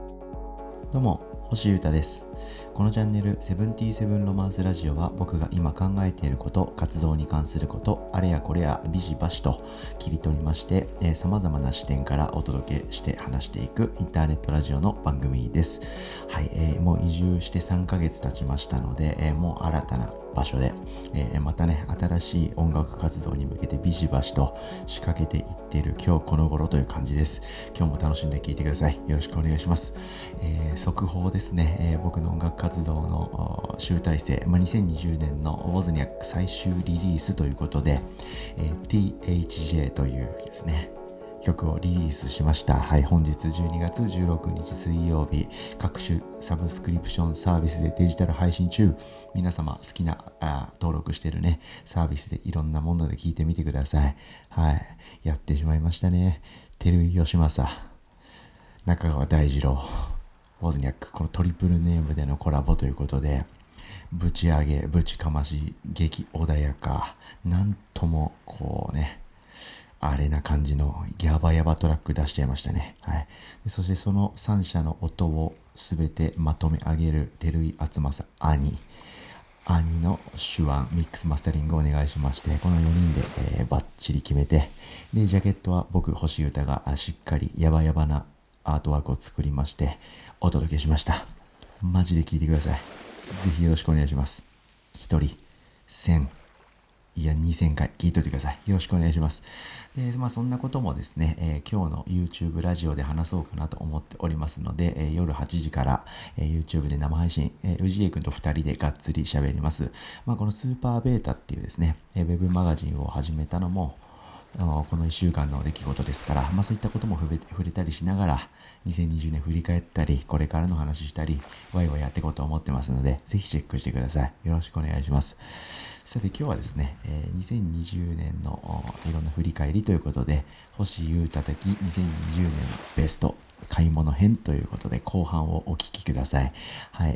どうも、星優太です。このチャンネルセブンティーセブンロマンスラジオは、僕が今考えていること、活動に関すること、あれやこれやビシバシと切り取りまして、様々な視点からお届けして話していくインターネットラジオの番組です。はい、もう移住して3ヶ月経ちましたので、もう新たな場所で、またね、新しい音楽活動に向けてビシバシと仕掛けていっている今日この頃という感じです。今日も楽しんで聴いてください。よろしくお願いします。速報ですね、僕の音楽活動の集大成、2020年のウォズニャック最終リリースということで、THJ というですね曲をリリースしました。はい、本日12月16日水曜日、各種サブスクリプションサービスでデジタル配信中。皆様好きな登録してるねサービスでいろんなもので聞いてみてください。はい、やってしまいましたね。照井義正、中川大二郎、ウォズニャック、このトリプルネームでのコラボということで、ぶち上げぶちかまし激穏やか、なんともこうねあれな感じのヤバヤバトラック出しちゃいましたね。はい。そしてその3社の音をすべてまとめ上げる照井敦正兄の手腕ミックスマスタリングをお願いしまして、この4人で、バッチリ決めて、でジャケットは僕星優太がしっかりヤバヤバなアートワークを作りましてお届けしました。マジで聴いてください。ぜひよろしくお願いします。1人1000いや2000回聞いといてください。よろしくお願いします。で、そんなこともですね、今日の YouTube ラジオで話そうかなと思っておりますので、夜8時から、YouTube で生配信、氏家くんと2人でがっつり喋ります。このスーパーベータっていうですね、ウェブマガジンを始めたのもこの1週間の出来事ですから、そういったことも触れたりしながら、2020年振り返ったり、これからの話したり、ワイワイやっていこうと思ってますので、ぜひチェックしてください。よろしくお願いします。さて今日はですね、2020年のいろんな振り返りということで、星優太的2020年ベスト買い物編ということで、後半をお聞きください。はい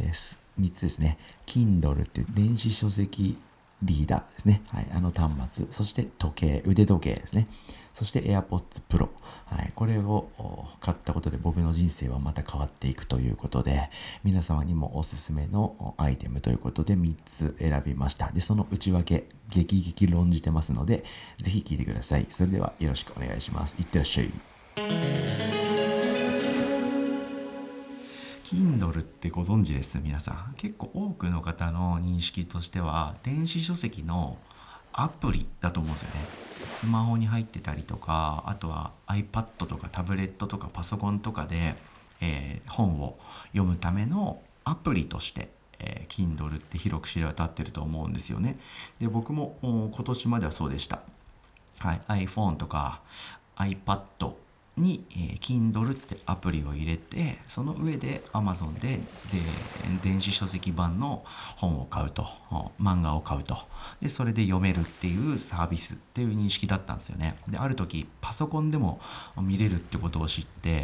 、3つですね。Kindle っていう電子書籍リーダーですね。はい、端末、そして時計、腕時計ですね。そして AirPods Pro。はい、これを買ったことで僕の人生はまた変わっていくということで、皆様にもおすすめのアイテムということで3つ選びました。で、その内訳、激論じてますので、ぜひ聞いてください。それではよろしくお願いします。いってらっしゃい。Kindle ってご存知です？皆さん結構多くの方の認識としては電子書籍のアプリだと思うんですよね。スマホに入ってたりとか、あとは iPad とかタブレットとかパソコンとかで、本を読むためのアプリとして、Kindle って広く知れ渡ってると思うんですよね。で、僕も今年まではそうでした。はい、iPhone とか iPadに、Kindle ってアプリを入れて、その上で Amazon で電子書籍版の本を買うと、漫画を買うと、でそれで読めるっていうサービスっていう認識だったんですよね。である時パソコンでも見れるってことを知って、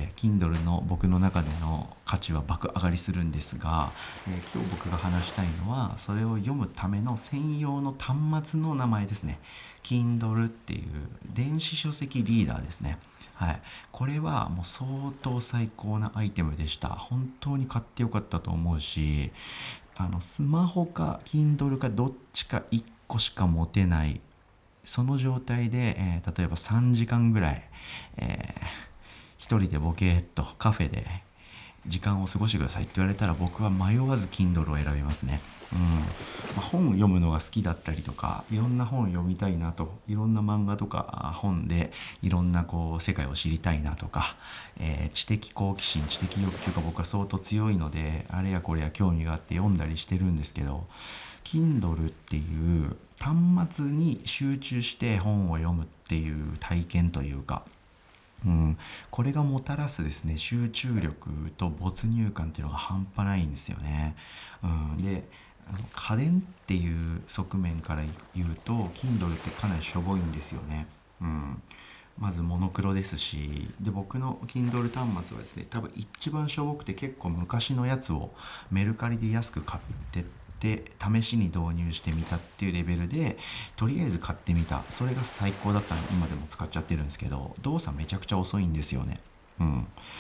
Kindle の僕の中での価値は爆上がりするんですが、今日僕が話したいのはそれを読むための専用の端末の名前ですね。 Kindle っていう電子書籍リーダーですね。はい、これはもう相当最高なアイテムでした。本当に買ってよかったと思うし、スマホか Kindle かどっちか1個しか持てない、その状態で、例えば3時間ぐらい、一人でボケーっとカフェで時間を過ごしてくださいって言われたら、僕は迷わず Kindle を選びますね。本を読むのが好きだったりとか、いろんな本を読みたいなと、いろんな漫画とか本でいろんな世界を知りたいなとか、知的好奇心、知的欲求が僕は相当強いので、あれやこれや興味があって読んだりしてるんですけど、 Kindle っていう端末に集中して本を読むっていう体験というか、これがもたらすですね集中力と没入感っていうのが半端ないんですよね。で家電っていう側面から言うと Kindle ってかなりしょぼいんですよね。まずモノクロですし、で僕の Kindle 端末はですね、多分一番しょぼくて結構昔のやつをメルカリで安く買って試しに導入してみたっていうレベルで、とりあえず買ってみた、それが最高だったので今でも使っちゃってるんですけど、動作めちゃくちゃ遅いんですよね。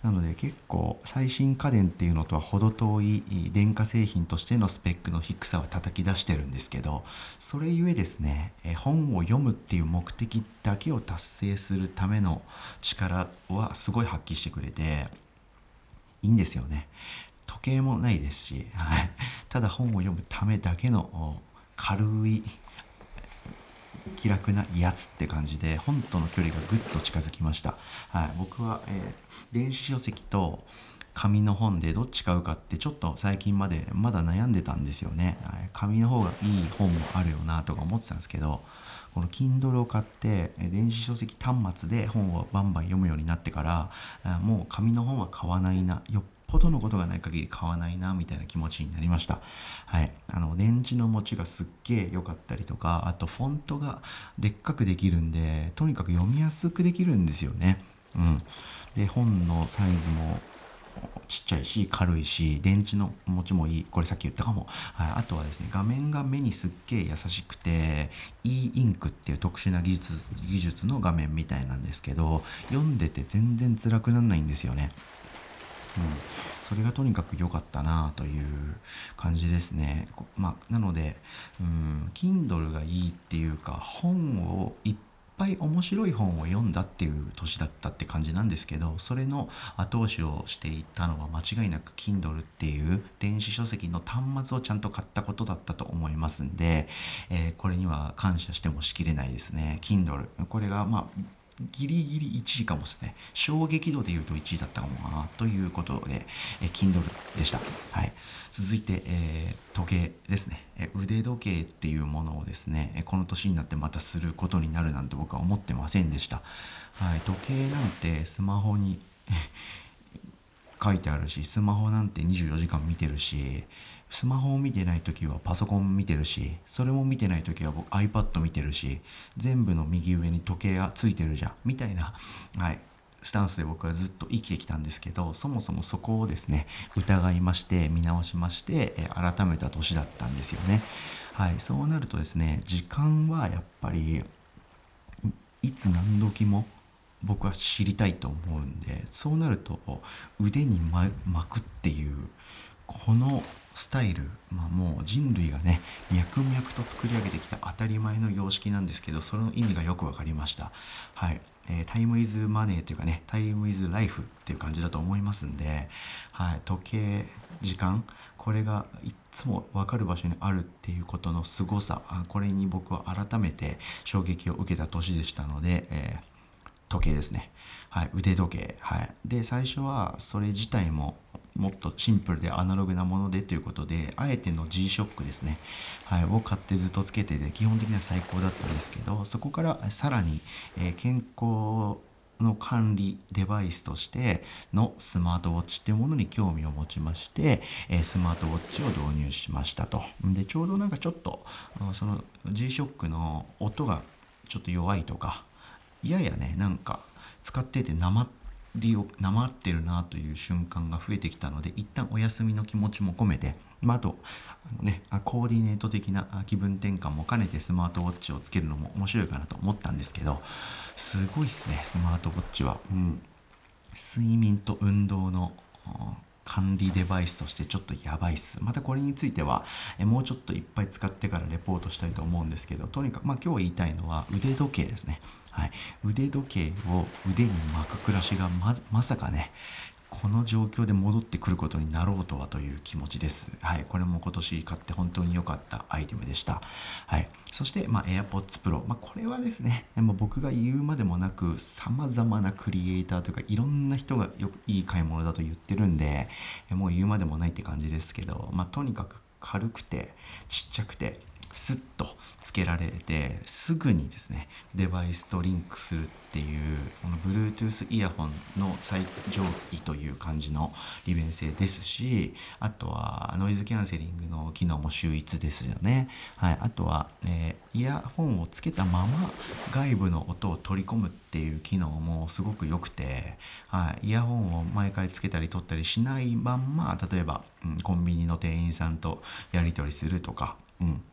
なので結構最新家電っていうのとは程遠い電化製品としてのスペックの低さを叩き出してるんですけど、それゆえですね、本を読むっていう目的だけを達成するための力はすごい発揮してくれていいんですよね。時計もないですし、はい、ただ本を読むためだけの軽い気楽なやつって感じで本との距離がぐっと近づきました。はい、僕は、電子書籍と紙の本でどっち買うかってちょっと最近までまだ悩んでたんですよね。はい、紙の方がいい本もあるよなとか思ってたんですけど、この Kindle を買って電子書籍端末で本をバンバン読むようになってからもう紙の本は買わないな、よっぽどのことがない限り買わないなみたいな気持ちになりました。はい、電池の持ちがすっげえ良かったりとか、あとフォントがでっかくできるんでとにかく読みやすくできるんですよね。で本のサイズもちっちゃいし軽いし電池の持ちもいい、これさっき言ったかも。はい、あとはですね、画面が目にすっげえ優しくて e インクっていう特殊な技術の画面みたいなんですけど、読んでて全然辛くなんないんですよね。それがとにかく良かったなという感じですね。なので、Kindle がいいっていうか、本をいっぱい面白い本を読んだっていう年だったって感じなんですけど、それの後押しをしていたのは間違いなく Kindle っていう電子書籍の端末をちゃんと買ったことだったと思いますんで、これには感謝してもしきれないですね。Kindle、これがギリギリ1位かもですね。衝撃度で言うと1位だったかもなということで、Kindle でした。はい。続いて、時計ですね。腕時計っていうものをですね、この年になってまたすることになるなんて僕は思ってませんでした。はい。時計なんてスマホに書いてあるし、スマホなんて24時間見てるし、スマホを見てない時はパソコン見てるし、それも見てない時は僕 iPad 見てるし、全部の右上に時計がついてるじゃんみたいな、はい、スタンスで僕はずっと生きてきたんですけど、そもそもそこをですね疑いまして見直しまして、改めた年だったんですよね。はい、そうなるとですね、時間はやっぱりいつ何時も僕は知りたいと思うんで、そうなると腕に巻くっていうこのスタイル、もう人類がね脈々と作り上げてきた当たり前の様式なんですけど、その意味がよく分かりました。はい、タイムイズマネーというかね、タイムイズライフっていう感じだと思いますんで、はい、時計、時間、これがいつも分かる場所にあるっていうことの凄さ、これに僕は改めて衝撃を受けた年でしたので、時計ですね。はい、腕時計。はい。で、最初はそれ自体ももっとシンプルでアナログなものでということで、あえての G-SHOCK ですね。はい、を買ってずっとつけてて、基本的には最高だったんですけど、そこからさらに、健康の管理デバイスとしてのスマートウォッチっていうものに興味を持ちまして、スマートウォッチを導入しましたと。で、ちょうどなんかちょっとその G-SHOCK の音がちょっと弱いとか、いややね、なんか使っててなまってるなという瞬間が増えてきたので、一旦お休みの気持ちも込めて、あとコーディネート的な気分転換も兼ねてスマートウォッチをつけるのも面白いかなと思ったんですけど、すごいっすね、スマートウォッチは。睡眠と運動の管理デバイスとしてちょっとやばいっす。またこれについてはもうちょっといっぱい使ってからレポートしたいと思うんですけど、とにかく今日言いたいのは腕時計ですね。はい、腕時計を腕に巻く暮らしがまさかね、この状況で戻ってくることになろうとはという気持ちです。はい、これも今年買って本当に良かったアイテムでした。はい、そして、AirPods Pro、これはですね、僕が言うまでもなく、様々なクリエイターというか、いろんな人がいい買い物だと言ってるんで、もう言うまでもないって感じですけど、とにかく軽くて、ちっちゃくて、スッとつけられてすぐにですねデバイスとリンクするっていう、その Bluetooth イヤホンの最上位という感じの利便性ですし、あとはノイズキャンセリングの機能も秀逸ですよね。はい、あとは、イヤホンをつけたまま外部の音を取り込むっていう機能もすごく良くて、はい、イヤホンを毎回つけたり取ったりしないまんま、例えば、コンビニの店員さんとやり取りするとか、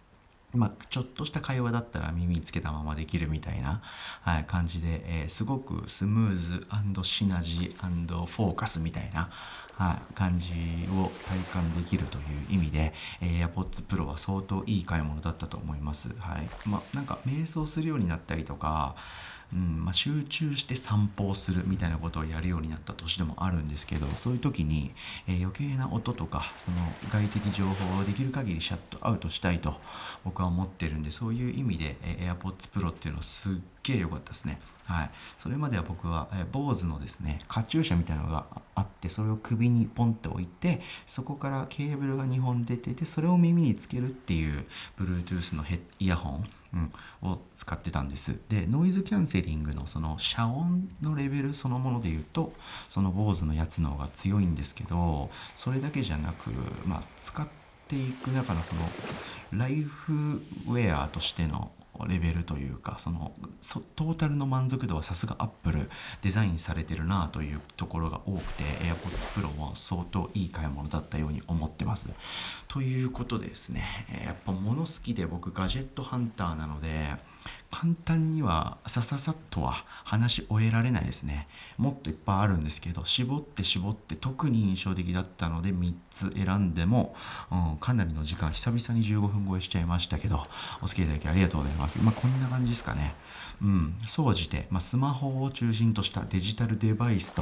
ちょっとした会話だったら耳つけたままできるみたいな、感じで、すごくスムーズ&シナジー&フォーカスみたいな、感じを体感できるという意味で、AirPods Pro は相当いい買い物だったと思います。なんか瞑想するようになったりとか、集中して散歩をするみたいなことをやるようになった年でもあるんですけど、そういう時に、余計な音とかその外的情報をできる限りシャットアウトしたいと僕は思ってるんで、そういう意味で、AirPods Pro っていうのはすっげえ良かったですね。それまでは僕は、BOSE のですねカチューシャみたいなのがあって、それを首にポンって置いて、そこからケーブルが2本出てて、それを耳につけるっていう Bluetooth のイヤホン、を使ってたんです。で、ノイズキャンセリングのその遮音のレベルそのもので言うと、その BOSE のやつの方が強いんですけど、それだけじゃなく、使っていく中のそのライフウェアとしてのレベルというか、トータルの満足度はさすがアップルデザインされてるなというところが多くて、 AirPods Pro も相当いい買い物だったように思ってます。ということでですね、やっぱ物好きで僕ガジェットハンターなので、簡単にはさっとは話し終えられないですね。もっといっぱいあるんですけど、絞って特に印象的だったので3つ選んでも、かなりの時間、久々に15分超えしちゃいましたけど、お付き合いいただきありがとうございます。こんな感じですかね。総じて、スマホを中心としたデジタルデバイスと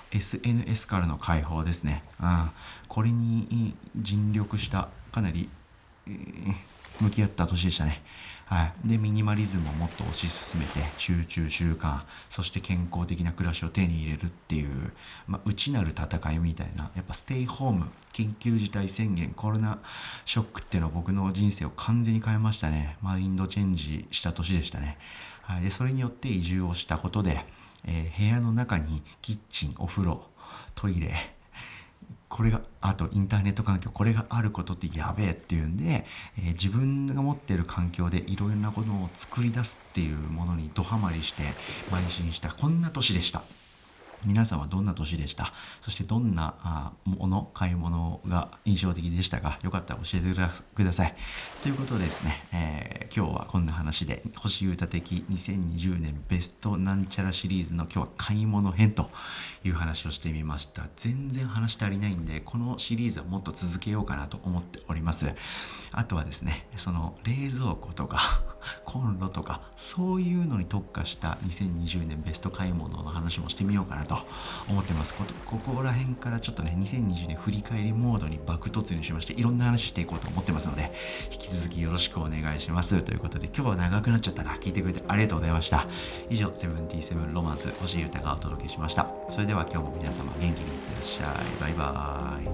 SNS からの解放ですね。これに尽力したかなり、向き合った年でしたね。でミニマリズムをもっと推し進めて、集中習慣、そして健康的な暮らしを手に入れるっていう、内なる戦いみたいな、やっぱステイホーム、緊急事態宣言、コロナショックっていうのは僕の人生を完全に変えましたね。マインドチェンジした年でしたね。でそれによって移住をしたことで、部屋の中にキッチン、お風呂、トイレ、あとインターネット環境、これがあることってやべえっていうんで、自分が持っている環境でいろいろなことを作り出すっていうものにドハマりして邁進した、こんな年でした。皆さんはどんな年でした？そしてどんな買い物が印象的でしたか？よかったら教えてください。ということでですね、今日はこんな話で、星優太的2020年ベストなんちゃらシリーズの今日は買い物編という話をしてみました。全然話足りないんで、このシリーズはもっと続けようかなと思っております。あとはですね、その冷蔵庫とかコンロとか、そういうのに特化した2020年ベスト買い物の話もしてみようかなと思ってます。ここら辺からちょっとね、2020年振り返りモードに爆突入しまして、いろんな話していこうと思ってますので、引き続きよろしくお願いします。ということで、今日は長くなっちゃったな。聞いてくれてありがとうございました。以上、セブンティーセブンロマンス星優太がお届けしました。それでは今日も皆様元気にいってらっしゃい。バイバーイ。